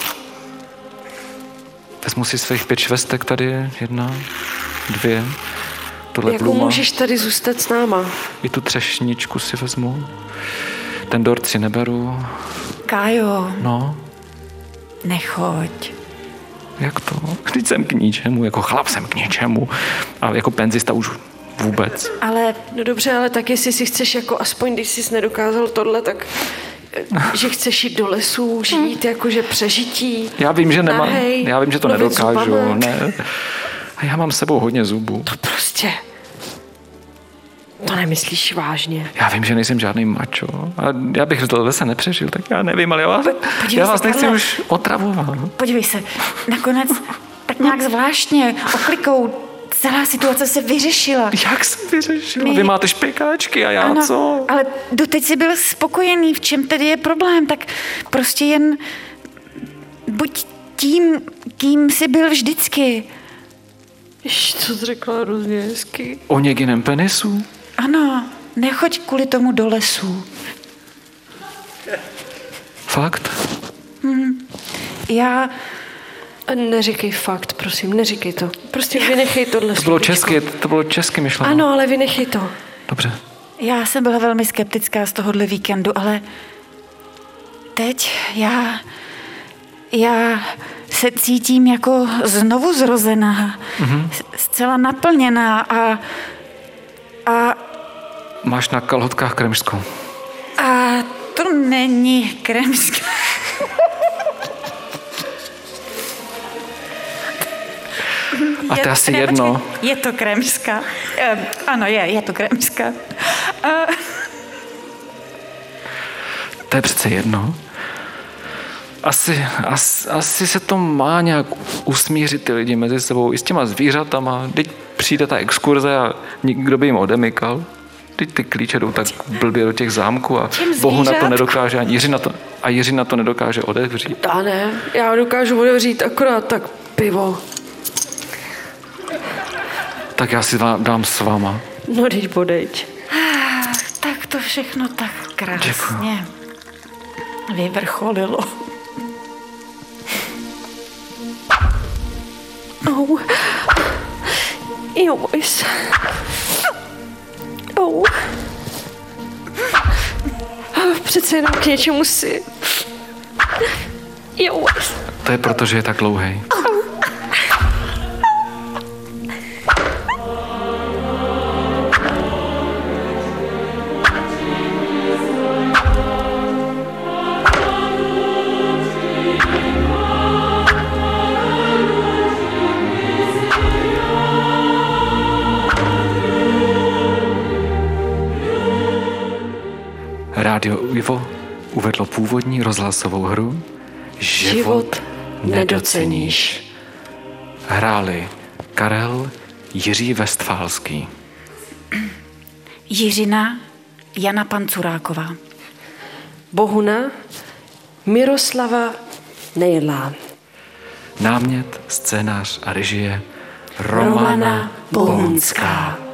Vezmu si svých pět švestek tady. Jedna, dvě. Tohle Jako pluma. můžeš tady zůstat s náma. I tu třešničku si vezmu. Ten dort si neberu. Kájo, No, nechoď. jak to? Vždyť jsem k ničemu, jako chlap jsem k ničemu. A jako penzista už vůbec. Ale No dobře, ale tak jestli si chceš, jako aspoň když jsi nedokázal tohle, tak eh, že chceš jít do lesů, žít jakože přežití. Já vím, že nemám, Nahej, já vím, že to lovit nedokážu, zubama. ne. A já mám s sebou hodně zubů. To prostě... To nemyslíš vážně. Já vím, že nejsem žádný mačo. A já bych to zase nepřežil, tak já nevím, ale já vás, já vás se, nechci Karle. už otravovat. podívej se, nakonec tak nějak zvláštně oklikou celá situace se vyřešila. Jak se vyřešila? My- Vy máte špekáčky a já Ano, co? ale doteď jsi byl spokojený, v čem tedy je problém, tak prostě jen buď tím, kým jsi byl vždycky. Jež, co jsi řekla hrozně hezky. O někým penisu? Ano, nechoď kvůli tomu do lesů. Fakt? Já, A neříkej fakt, prosím, neříkej to. Prostě vynechej tohle To bylo slovíčko. česky, to bylo česky myšleno. Ano, ale vynechej to. Dobře. já jsem byla velmi skeptická z tohohle víkendu, ale teď já, já se cítím jako znovu zrozená, mm-hmm. zcela naplněná a, a Máš na kalhotkách kremžskou. A to není kremská. A to je asi ne, jedno. počkej, je to kremská. Um, ano, je, je to kremská. Uh, To je přece jedno. Asi, asi, asi se to má nějak usmířit ty lidi mezi sebou i s těma zvířatama. Teď přijde ta exkurze a nikdo by jim odemykal. Teď ty klíče jdou tak blbě do těch zámků a Bohu na to zvířat? nedokáže a Jiří na to, a Jiří na to nedokáže odevřít. Já ne, já dokážu otevřít akorát tak pivo. Tak já si vám dám s váma. No, teď podejď. tak to všechno tak krásně Děkuju. vyvrcholilo. Au. Jo, boys. Au. Přece jenom k něčemu si. Jo, boys. To je proto, že je tak dlouhej. Rádio Ivo uvedlo původní rozhlasovou hru Život, Život nedoceníš. Hráli Karel Jiří Westfálský, Jiřina Jana Pancuráková. Bohuna Miroslava Nejlá. námět, scénář a režie Romana Romana Bohunská. Bohunská.